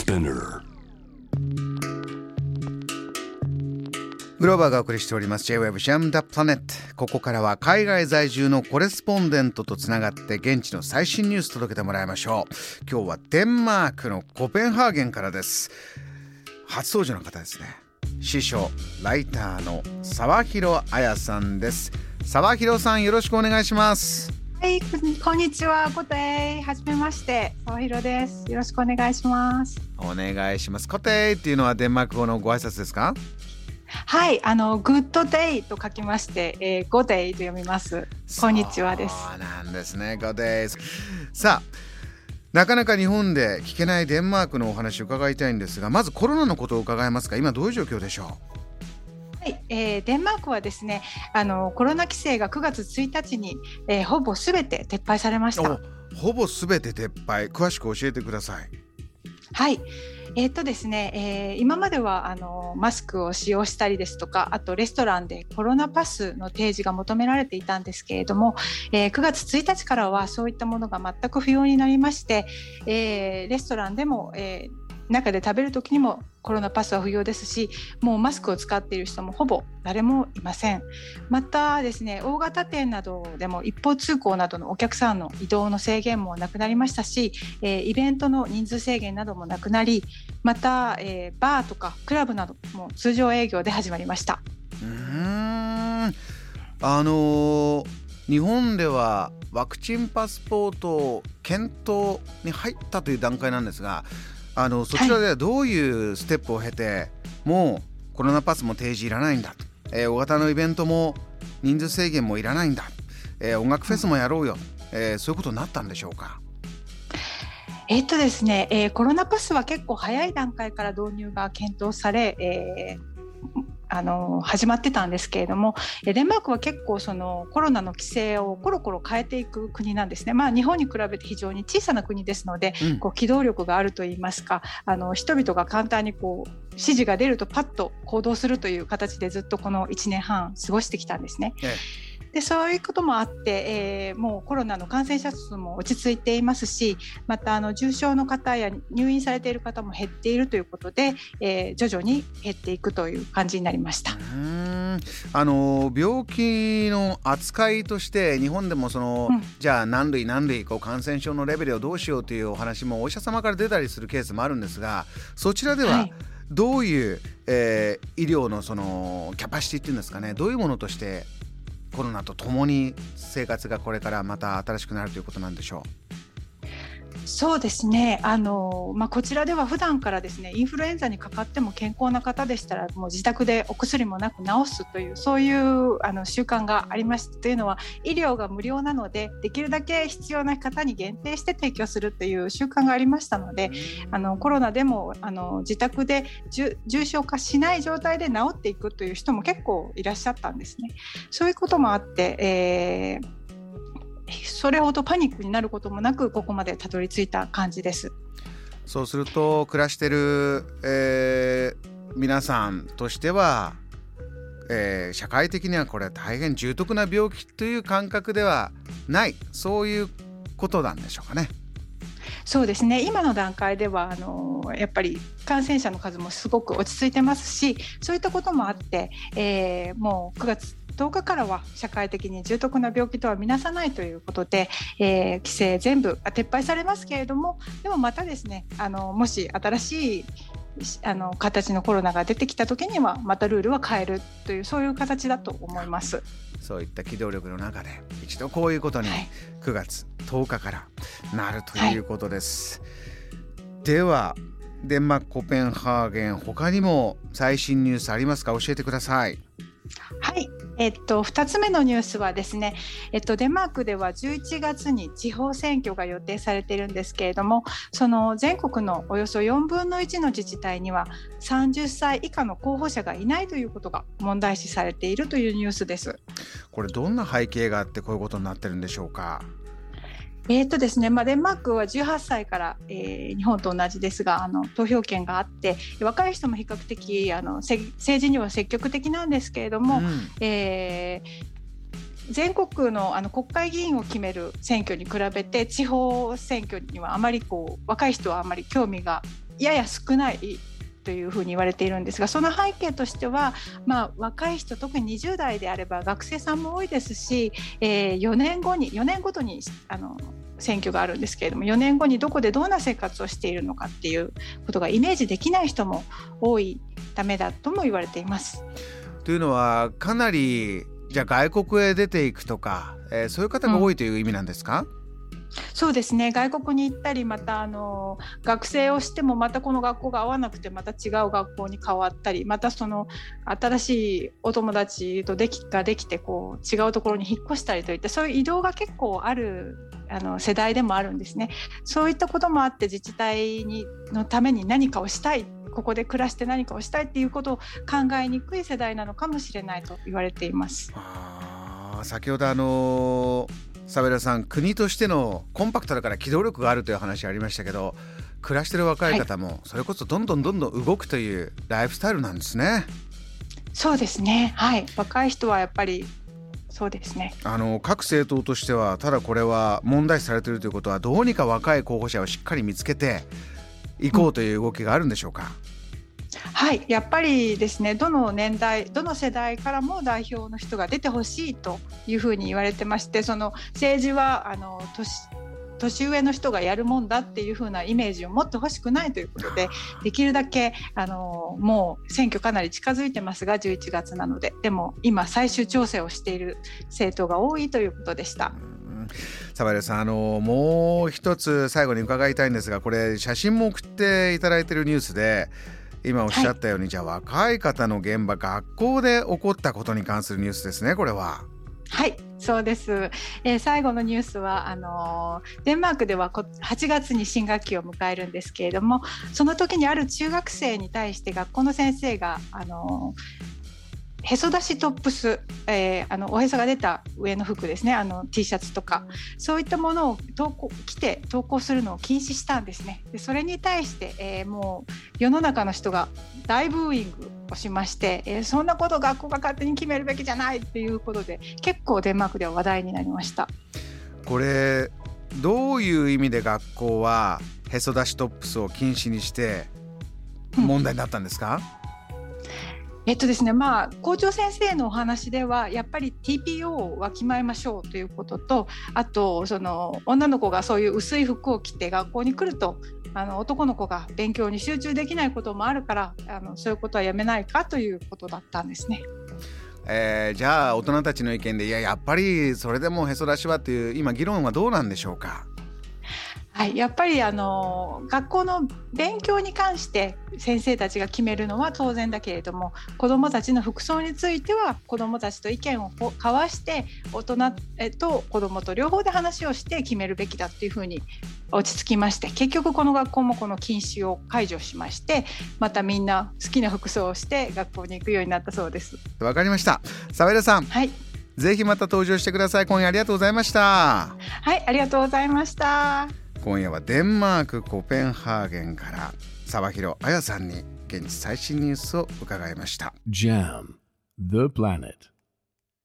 Spinner。 グローバーがお送りしております J-Web Jam the Planet。 ここからは海外在住のコレスポンデントとつながって現地の最新ニュース届けてもらいましょう。今日はデンマークのコペンハーゲンからです。初登場の方ですね。司書ライターの沢広彩さんです。沢広さん、よろしくお願いします。 はい、こんにちは。コテイ、はじめまして、沢広です。よろしくお願いします。 お願いします。コテイっていうのはデンマーク語のご挨拶ですか？ はい、グッドデイと書きまして、ゴデイと読みます。こんにちはです。 そうなんですね。ゴデイ。さあ、なかなか日本で聞けないデンマークのお話を伺いたいんですが、まずコロナのことを伺えますか？今どういう状況でしょはい、デンマークはですね、コロナ規制が9月1日に、ほぼすべて撤廃されました。 ほぼすべて撤廃。詳しく教えてください。 はい、ですね、今まではマスクを使用したりですとか、あとレストランでコロナパスの提示が求められていたんですけれども、9月1日からはそういったものが全く不要になりまして、レストランでも、中で食べる時にもコロナパスは不要ですし、もうマスクを使っている人もほぼ誰もいません。またですね、大型店などでも一方通行などのお客さんの移動の制限もなくなりましたし、イベントの人数制限などもなくなり、また、バーとかクラブなども通常営業で始まりました。 日本ではワクチンパスポート検討に入ったという段階なんですが、そちらではどういうステップを経て、もうコロナパスも提示いらないんだ、大型のイベントも人数制限もいらないんだ、音楽フェスもやろうよ、そういうことになったんでしょうか？ ですね、コロナパスは結構早い段階から導入が検討され、始まってたんですけれども、デンマークは結構そのコロナの規制をコロコロ変えていく国なんですね。日本に比べて非常に小さな国ですので、機動力があるといいますか、人々が簡単に指示が出るとパッと行動するという形でずっとこの1年半過ごしてきたんですね。でそういうこともあって、もうコロナの感染者数も落ち着いていますし、また重症の方や入院されている方も減っているということで、徐々に減っていくという感じになりました。 病気の扱いとして日本でもじゃあ何類感染症のレベルをどうしようというお話もお医者様から出たりするケースもあるんですが、そちらではどういう、医療のキャパシティっていうんですかね、どういうものとしてコロナとともに生活がこれからまた新しくなるということなんでしょう？ そうですね、こちらでは普段からですね、インフルエンザにかかっても健康な方でしたらもう自宅でお薬もなく治すという、そういう習慣がありました。というのは医療が無料なので、できるだけ必要な方に限定して提供するという習慣がありましたので、コロナでも自宅で重症化しない状態で治っていくという人も結構いらっしゃったんですね。そういうこともあって、それほどパニックになることもなくここまでたどり着いた感じです。 そうすると暮らしている、皆さんとしては、社会的にはこれ大変重篤な病気という感覚ではない、そういうことなんでしょうかね？ そうですね、今の段階ではやっぱり感染者の数もすごく落ち着いてますし、そういったこともあって、もう9月10日からは社会的に重篤な病気とは見なさないということで、規制全部撤廃されますけれども、でもまたですね、もし新しい形のコロナが出てきた時にはまたルールは変えるという、そういう形だと思います。 そういった機動力の中で一度こういうことに9月10日からなるということです、ではデンマークコペンハーゲン、他にも最新ニュースありますか？教えてください。 はい、2つ目のニュースはですね、デンマークでは11月に地方選挙が予定されているんですけれども、その全国のおよそ4分の1の自治体には30歳以下の候補者がいないということが問題視されているというニュースです。 これどんな背景があってこういうことになってるんでしょうか？ ですね、デンマークは18歳から、日本と同じですが投票権があって、若い人も比較的政治には積極的なんですけれども、全国の国会議員を決める選挙に比べて地方選挙にはあまり若い人はあまり興味がやや少ないというふうに言われているんですが、その背景としては、若い人、特に20代であれば学生さんも多いですし、4年ごとに選挙があるんですけれども、4年後にどこでどんな生活をしているのかっていうことがイメージできない人も多いためだとも言われています。 というのはかなりじゃあ外国へ出ていくとか、そういう方が多いという意味なんですか？ そうですね、外国に行ったり、また学生をしてもまたこの学校が合わなくてまた違う学校に変わったり、またその新しいお友達とができてこう違うところに引っ越したりといった、そういう移動が結構ある世代でもあるんですね。そういったこともあって自治体のために何かをしたい、ここで暮らして何かをしたいっていうことを考えにくい世代なのかもしれないと言われています。 先ほどサベラさん、国としてのコンパクトだから機動力があるという話ありましたけど、暮らしてる若い方もそれこそどんどん動くというライフスタイルなんですね。 そうですね、はい、若い人はやっぱりそうですね。 各政党としてはただこれは問題視されているということは、どうにか若い候補者をしっかり見つけていこうという動きがあるんでしょうか？ はい、やっぱりですね、どの年代どの世代からも代表の人が出てほしいというふうに言われてまして、その政治は年上の人がやるもんだっていう風なイメージを持ってほしくないということで、できるだけもう選挙かなり近づいてますが11月なので、でも今最終調整をしている政党が多いということでした。 サバエルさん、もう一つ最後に伺いたいんですが、これ写真も送っていただいているニュースで、今おっしゃったように、じゃあ若い方の現場、学校で起こったことに関するニュースですね、これは。 はい、そうです。最後のニュースはデンマークでは8月に新学期を迎えるんですけれども、その時にある中学生に対して学校の先生がへそ出しトップス、おへそが出た上の服ですね、T シャツとかそういったものを着て登校するのを禁止したんですね。でそれに対して、もう世の中の人が大ブーイングをしまして、そんなこと学校が勝手に決めるべきじゃないっていうことで、結構デンマークでは話題になりました。 これどういう意味で学校はへそ出しトップスを禁止にして問題になったんですか？ ですね、校長先生のお話ではやっぱり TPO は決まりましょうということと、あとその女の子がそういう薄い服を着て学校に来ると男の子が勉強に集中できないこともあるから、そういうことはやめないかということだったんですね。 じゃあ大人たちの意見でやっぱりそれでもへそ出しはっていう今議論はどうなんでしょうか？ はい、やっぱり学校の勉強に関して先生たちが決めるのは当然だけれども、子どもたちの服装については子どもたちと意見を交わして大人と子どもと両方で話をして決めるべきだっていうふうに落ち着きまして、結局この学校もこの禁止を解除しまして、またみんな好きな服装をして学校に行くようになったそうです。 わかりました。サベラさん、 はい、 ぜひまた登場してください。今夜ありがとうございました。 はい、ありがとうございました。 今夜はデンマークコペンハーゲンから沢広彩さんに現地最新ニュースを伺いました。 JAM The Planet